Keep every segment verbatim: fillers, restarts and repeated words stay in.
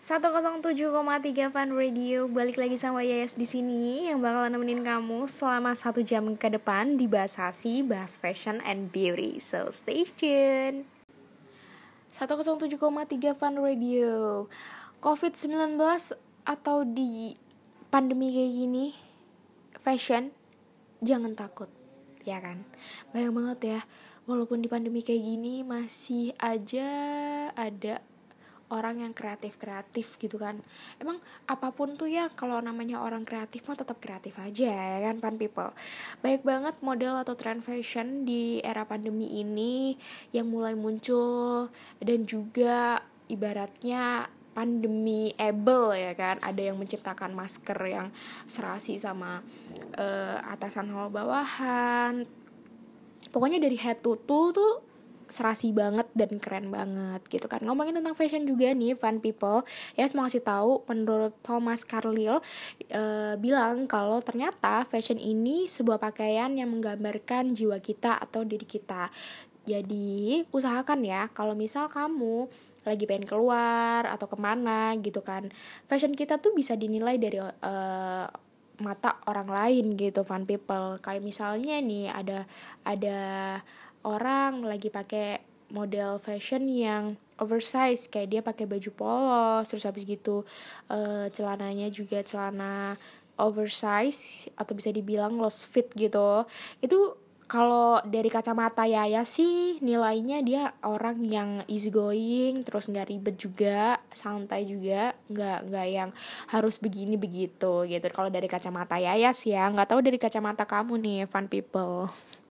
seratus tujuh koma tiga Fun Radio, balik lagi sama Yayas di sini yang bakalan nemenin kamu selama satu jam ke depan di bahas Hasi, bahas fashion and beauty. So stay tuned. seratus tujuh koma tiga Fun Radio. covid sembilan belas atau di pandemi kayak gini, fashion jangan takut, ya kan? Banyak banget ya, walaupun di pandemi kayak gini masih aja ada orang yang kreatif-kreatif gitu kan. Emang apapun tuh ya, kalau namanya orang kreatif mah tetap kreatif aja ya kan, fun people. Banyak banget model atau trend fashion di era pandemi ini yang mulai muncul, dan juga ibaratnya pandemi able ya kan. Ada yang menciptakan masker yang serasi sama uh, atasan sama bawahan. Pokoknya dari head to toe tuh serasi banget dan keren banget gitu kan. Ngomongin tentang fashion juga nih fun people, ya mau kasih tahu, menurut Thomas Carlyle e, bilang kalau ternyata fashion ini sebuah pakaian yang menggambarkan jiwa kita atau diri kita. Jadi usahakan ya, kalau misal kamu lagi pengen keluar atau kemana gitu kan, fashion kita tuh bisa dinilai dari e, mata orang lain gitu fun people. Kayak misalnya nih ada ada orang lagi pakai model fashion yang oversize, kayak dia pakai baju polos, terus habis gitu uh, celananya juga celana oversize atau bisa dibilang loose fit gitu. Itu kalau dari kacamata Yaya sih nilainya dia orang yang easy going, terus nggak ribet juga, santai juga, nggak nggak yang harus begini begitu gitu. Kalau dari kacamata Yaya sih ya, nggak tahu dari kacamata kamu nih fun people.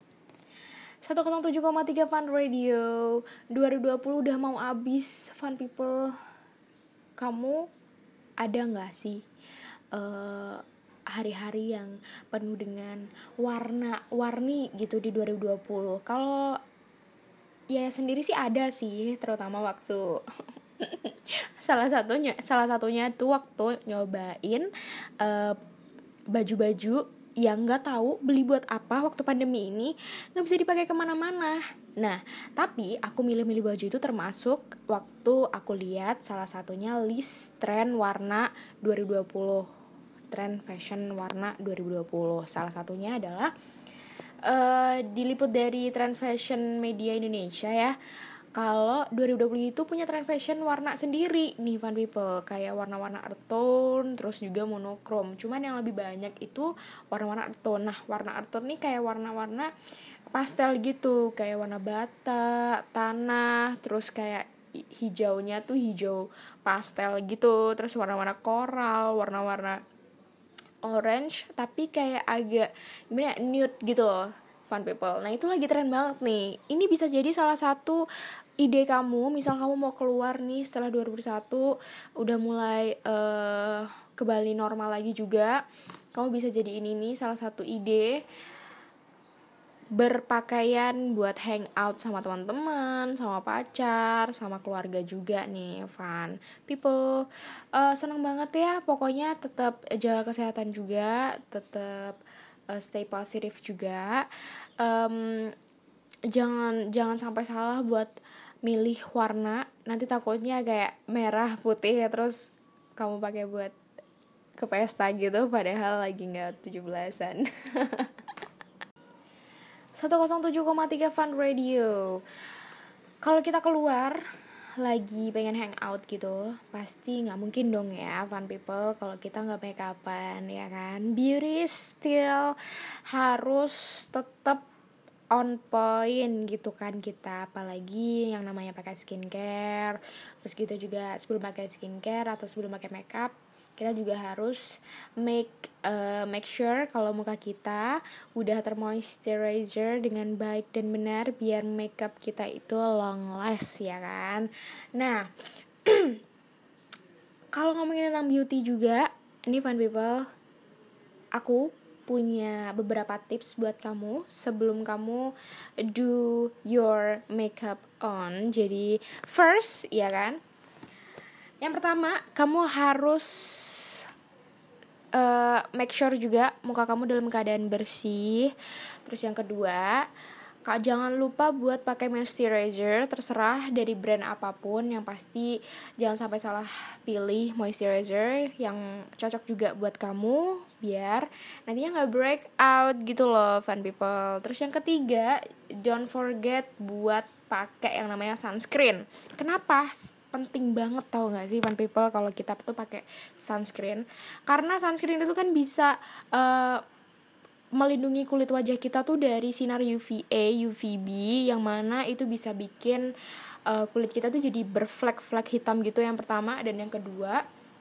seratus tujuh koma tiga Fun Radio, dua ribu dua puluh udah mau habis fun people. Kamu ada gak sih uh, hari-hari yang penuh dengan warna-warni gitu di dua ribu dua puluh? Kalau ya sendiri sih ada sih, terutama waktu salah satunya salah satunya tuh waktu nyobain uh, baju-baju yang nggak tahu beli buat apa waktu pandemi ini, nggak bisa dipakai kemana-mana. Nah, tapi aku milih-milih baju itu termasuk waktu aku lihat salah satunya list tren warna dua ribu dua puluh, tren fashion warna dua ribu dua puluh. Salah satunya adalah uh, diliput dari Trend Fashion Media Indonesia ya. Kalau dua ribu dua puluh itu punya trend fashion warna sendiri nih fun people, kayak warna-warna earth tone, terus juga monokrom. Cuman yang lebih banyak itu warna-warna earth tone. Nah, warna earth tone nih kayak warna-warna pastel gitu, kayak warna bata, tanah, terus kayak hijaunya tuh hijau pastel gitu, terus warna-warna koral, warna-warna orange, tapi kayak agak gimana, nude gitu loh fun people. Nah, itu lagi tren banget nih. Ini bisa jadi salah satu ide kamu, misal kamu mau keluar nih setelah dua ribu satu udah mulai uh, kembali normal lagi juga, kamu bisa jadi ini nih salah satu ide berpakaian buat hangout sama teman-teman, sama pacar, sama keluarga juga nih fun people. Uh, seneng banget ya, pokoknya tetap jaga kesehatan juga, tetap uh, stay positif juga. Um, jangan jangan sampai salah buat milih warna, nanti takutnya kayak merah putih ya terus kamu pakai buat ke pesta gitu padahal lagi nggak tujuh belasan. seratus tujuh koma tiga Fun Radio. Kalau kita keluar lagi pengen hangout gitu, pasti nggak mungkin dong ya fun people kalau kita nggak make upan ya kan. Beauty still harus tetap on point gitu kan kita, apalagi yang namanya pakai skincare. Terus kita juga sebelum pakai skincare atau sebelum pakai makeup, kita juga harus make uh, make sure kalau muka kita udah termoisturizer dengan baik dan benar biar makeup kita itu long last ya kan. Nah, kalau ngomongin tentang beauty juga, ini fun people, aku punya beberapa tips buat kamu sebelum kamu do your makeup on. Jadi first ya kan, yang pertama kamu harus uh, make sure juga muka kamu dalam keadaan bersih. Terus yang kedua, Kak, jangan lupa buat pakai moisturizer, terserah dari brand apapun, yang pasti jangan sampai salah pilih moisturizer yang cocok juga buat kamu, biar nantinya nggak break out gitu loh, fun people. Terus yang ketiga, don't forget buat pakai yang namanya sunscreen. Kenapa? Penting banget, tau gak sih fun people, kalau kita tuh pakai sunscreen, karena sunscreen itu kan bisa uh, melindungi kulit wajah kita tuh dari sinar U V A, U V B, yang mana itu bisa bikin uh, kulit kita tuh jadi berflek-flek hitam gitu, yang pertama. Dan yang kedua,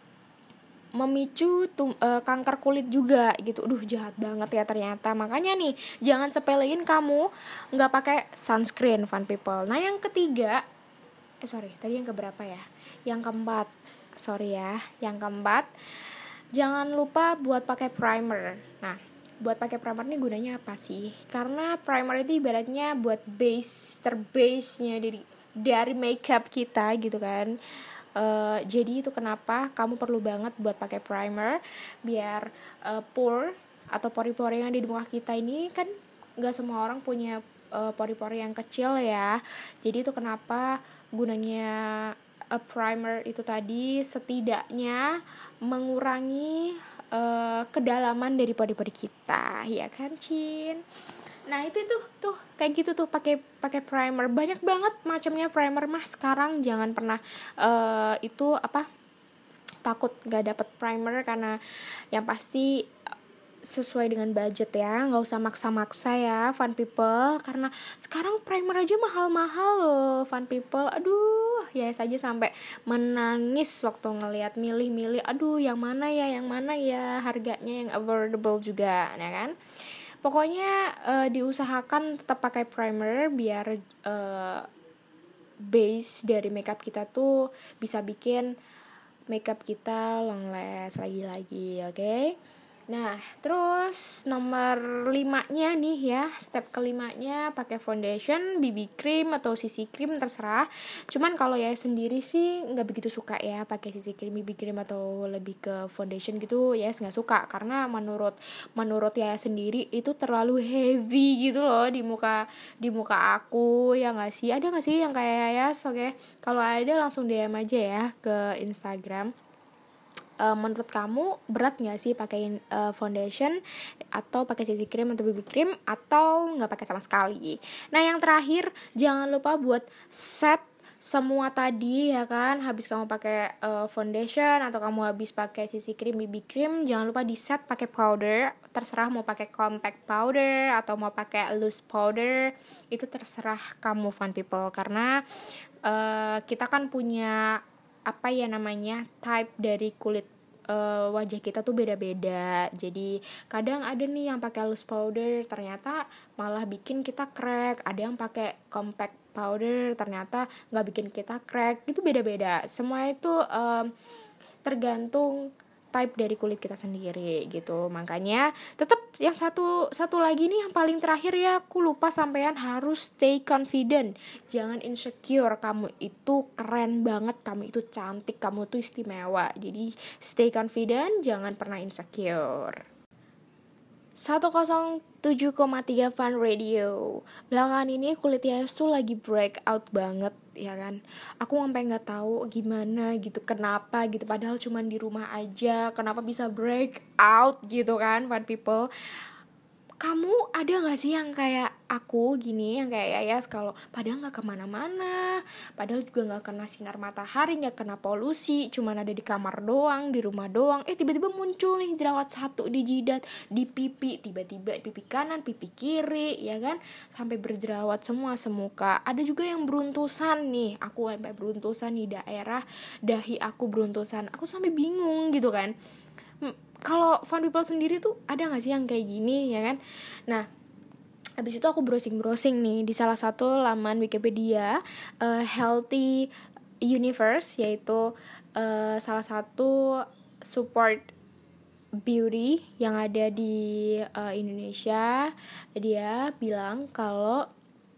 memicu tum, uh, kanker kulit juga gitu. Duh, jahat banget ya ternyata. Makanya nih, jangan sepelein kamu nggak pakai sunscreen, fun people. Nah yang ketiga, eh sorry, tadi yang keberapa ya? Yang keempat, sorry ya, yang keempat, jangan lupa buat pakai primer. Nah, buat pakai primer nih gunanya apa sih? Karena primer itu ibaratnya buat base terbase-nya dari dari makeup kita gitu kan. Uh, jadi itu kenapa kamu perlu banget buat pakai primer, biar uh, pore atau pori-pori yang ada di muka kita ini kan nggak semua orang punya uh, pori-pori yang kecil ya. Jadi itu kenapa gunanya a primer itu tadi, setidaknya mengurangi Uh, kedalaman dari pori-pori kita, ya kan, Cin? Nah itu tuh tuh kayak gitu tuh, pakai pakai primer. Banyak banget macamnya primer mah sekarang. Jangan pernah uh, itu apa takut nggak dapet primer, karena yang pasti sesuai dengan budget ya, nggak usah maksa-maksa ya fun people, karena sekarang primer aja mahal-mahal loh fun people. Aduh, ya saja sampai menangis waktu ngelihat milih-milih, aduh yang mana ya yang mana ya harganya yang affordable juga, ya kan. Pokoknya uh, diusahakan tetap pakai primer, biar uh, base dari makeup kita tuh bisa bikin makeup kita long last lagi-lagi, oke okay? Nah, terus nomor limanya nih ya, step kelimanya pakai foundation, B B cream atau C C cream, terserah. Cuman kalau ya sendiri sih nggak begitu suka ya pakai C C cream, B B cream atau lebih ke foundation gitu ya, yes, nggak suka, karena menurut menurut ya sendiri itu terlalu heavy gitu loh di muka di muka aku, ya nggak sih? Ada nggak sih yang kayak ya, oke? Okay? Kalau ada langsung D M aja ya ke Instagram. Uh, menurut kamu berat nggak sih pakai uh, foundation atau pakai C C cream atau B B cream, atau nggak pakai sama sekali? Nah yang terakhir, jangan lupa buat set semua tadi ya kan. Habis kamu pakai uh, foundation atau kamu habis pakai C C cream, B B cream, jangan lupa di set pakai powder. Terserah mau pakai compact powder atau mau pakai loose powder, itu terserah kamu fun people, karena uh, kita kan punya apa ya namanya, type dari kulit uh, wajah kita tuh beda-beda. Jadi kadang ada nih yang pakai loose powder ternyata malah bikin kita crack, ada yang pakai compact powder ternyata nggak bikin kita crack. Itu beda-beda, semua itu um, tergantung type dari kulit kita sendiri gitu. Makanya tetap yang satu satu lagi nih yang paling terakhir ya, aku lupa sampean, harus stay confident. Jangan insecure, kamu itu keren banget, kamu itu cantik, kamu tuh istimewa. Jadi stay confident, jangan pernah insecure. seratus tujuh koma tiga Fun Radio. Belakangan ini kulit Yayas tuh lagi breakout banget, ya kan. Aku sampai nggak tahu gimana gitu, kenapa gitu. Padahal cuma di rumah aja, kenapa bisa breakout gitu kan, fun people. Kamu ada gak sih yang kayak aku gini, yang kayak Yayas, kalau padahal gak kemana-mana, padahal juga gak kena sinar matahari, gak kena polusi, cuman ada di kamar doang, di rumah doang, eh tiba-tiba muncul nih jerawat satu di jidat, di pipi, tiba-tiba pipi kanan, pipi kiri, ya kan, sampai berjerawat semua semuka. Ada juga yang beruntusan nih, aku sampai beruntusan di daerah dahi aku, beruntusan, aku sampai bingung gitu kan. Kalau fun people sendiri tuh ada gak sih yang kayak gini, ya kan? Nah, habis itu aku browsing-browsing nih di salah satu laman Wikipedia, uh, Healthy Universe, yaitu uh, salah satu support beauty yang ada di uh, Indonesia. Dia bilang kalau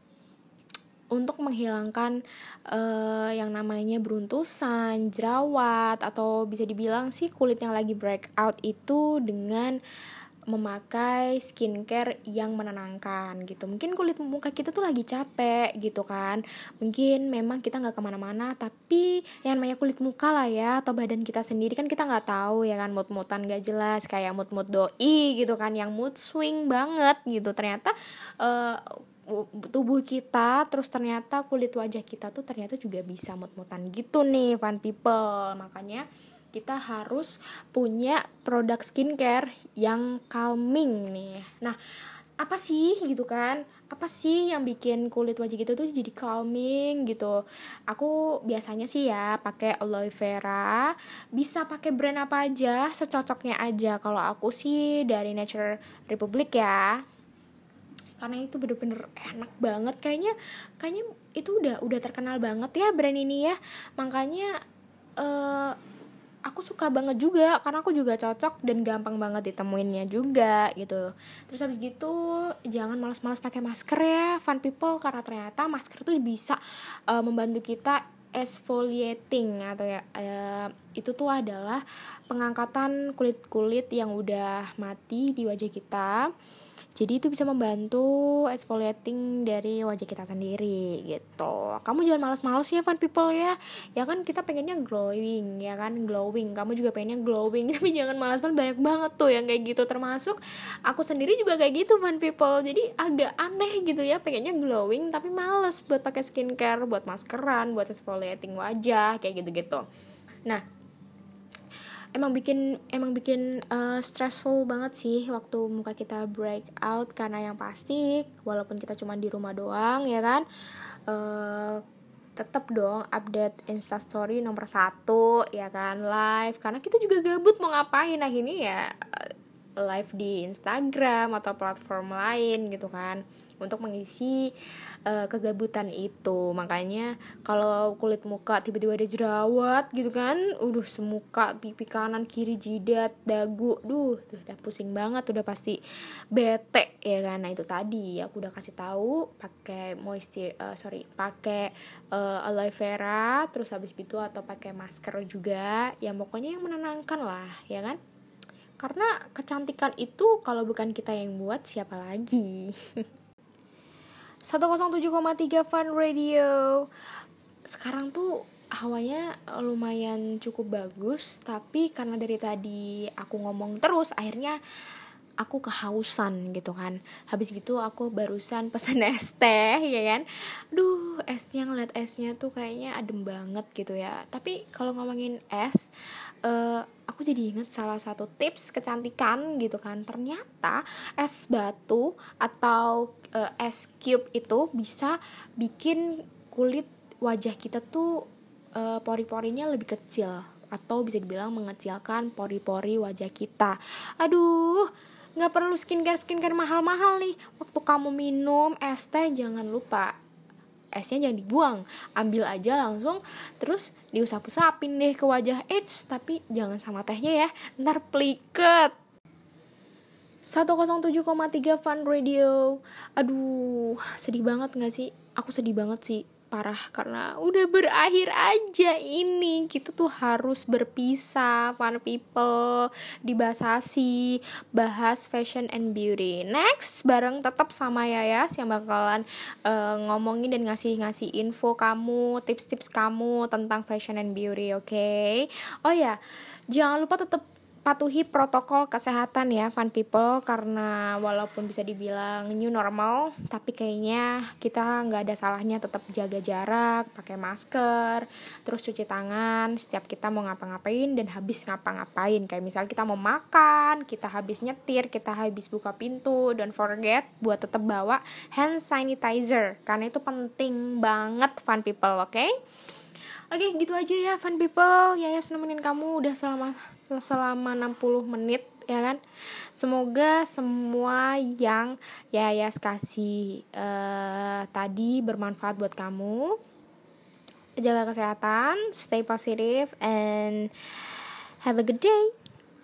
untuk menghilangkan uh, yang namanya beruntusan, jerawat, atau bisa dibilang sih kulit yang lagi breakout itu dengan memakai skincare yang menenangkan gitu. Mungkin kulit muka kita tuh lagi capek gitu kan, mungkin memang kita nggak kemana-mana, tapi yang namanya kulit muka lah ya, atau badan kita sendiri kan kita nggak tahu ya kan, mood-moodan gak jelas kayak mood-mood doi gitu kan, yang mood swing banget gitu. Ternyata uh, tubuh kita, terus ternyata kulit wajah kita tuh ternyata juga bisa mood-moodan gitu nih fun people. Makanya kita harus punya produk skincare yang calming nih. Nah, apa sih gitu kan? Apa sih yang bikin kulit wajah kita tuh jadi calming gitu? Aku biasanya sih ya pakai aloe vera. Bisa pakai brand apa aja, secocoknya aja. Kalau aku sih dari Nature Republic ya. Karena itu bener-bener enak banget. Kayaknya kayaknya itu udah udah terkenal banget ya brand ini ya. Makanya eh uh, aku suka banget juga, karena aku juga cocok dan gampang banget ditemuinnya juga gitu. Terus habis gitu jangan malas-malas pakai masker ya fun people, karena ternyata masker tuh bisa uh, membantu kita exfoliating atau ya uh, itu tuh adalah pengangkatan kulit-kulit yang udah mati di wajah kita. Jadi itu bisa membantu exfoliating dari wajah kita sendiri gitu. Kamu jangan malas-malas ya fun people ya. Ya kan kita pengennya glowing ya kan, glowing. Kamu juga pengennya glowing, tapi jangan malas-malas, banyak banget tuh yang kayak gitu. Termasuk aku sendiri juga kayak gitu fun people. Jadi agak aneh gitu ya, pengennya glowing tapi malas buat pakai skincare, buat maskeran, buat exfoliating wajah kayak gitu-gitu. Nah, emang bikin emang bikin uh, stressful banget sih waktu muka kita break out, karena yang pasti walaupun kita cuma di rumah doang ya kan, uh, tetap dong update Instastory nomor satu ya kan, live, karena kita juga gabut mau ngapain. Nah ini ya live di Instagram atau platform lain gitu kan, untuk mengisi uh, kegabutan itu. Makanya kalau kulit muka tiba-tiba ada jerawat gitu kan, udah semuka, pipi kanan, kiri, jidat, dagu, duh, tuh udah pusing banget, udah pasti bete ya kan. Nah itu tadi aku udah kasih tahu pakai moisture, uh, sorry, pakai uh, aloe vera, terus habis gitu atau pakai masker juga, yang pokoknya yang menenangkan lah ya kan. Karena kecantikan itu kalau bukan kita yang buat, siapa lagi? seratus tujuh koma tiga Fun Radio. Sekarang tuh hawanya lumayan cukup bagus, tapi karena dari tadi aku ngomong terus, akhirnya aku kehausan gitu kan. Habis gitu aku barusan pesen es teh ya kan. Duh, esnya, ngeliat esnya tuh kayaknya adem banget gitu ya. Tapi kalau ngomongin es, uh, aku jadi inget salah satu tips kecantikan gitu kan. Ternyata es batu atau uh, es cube itu bisa bikin kulit wajah kita tuh uh, pori-porinya lebih kecil, atau bisa dibilang mengecilkan pori-pori wajah kita. Aduh, nggak perlu skincare skincare mahal-mahal nih. Waktu kamu minum es teh jangan lupa esnya jangan dibuang, ambil aja langsung, terus diusap-usapin deh ke wajah. Eits, tapi jangan sama tehnya ya, ntar pliket. seratus tujuh koma tiga Fun Radio. Aduh, sedih banget gak sih? Aku sedih banget sih, parah, karena udah berakhir aja ini. Kita tuh harus berpisah fun people, di Basasi, bahas fashion and beauty. Next bareng tetap sama Yayas yang bakalan uh, ngomongin dan ngasih-ngasih info kamu, tips-tips kamu tentang fashion and beauty, oke? Okay? Oh ya, jangan lupa tetap patuhi protokol kesehatan ya fun people, karena walaupun bisa dibilang new normal, tapi kayaknya kita nggak ada salahnya tetap jaga jarak, pakai masker, terus cuci tangan setiap kita mau ngapa-ngapain dan habis ngapa-ngapain. Kayak misal kita mau makan, kita habis nyetir, kita habis buka pintu, don't forget buat tetap bawa hand sanitizer, karena itu penting banget fun people, oke? Okay? Oke, okay, gitu aja ya fun people. Yayas nemenin kamu udah selama selama enam puluh menit ya kan. Semoga semua yang Yayas kasih uh, tadi bermanfaat buat kamu. Jaga kesehatan, stay positive, and have a good day.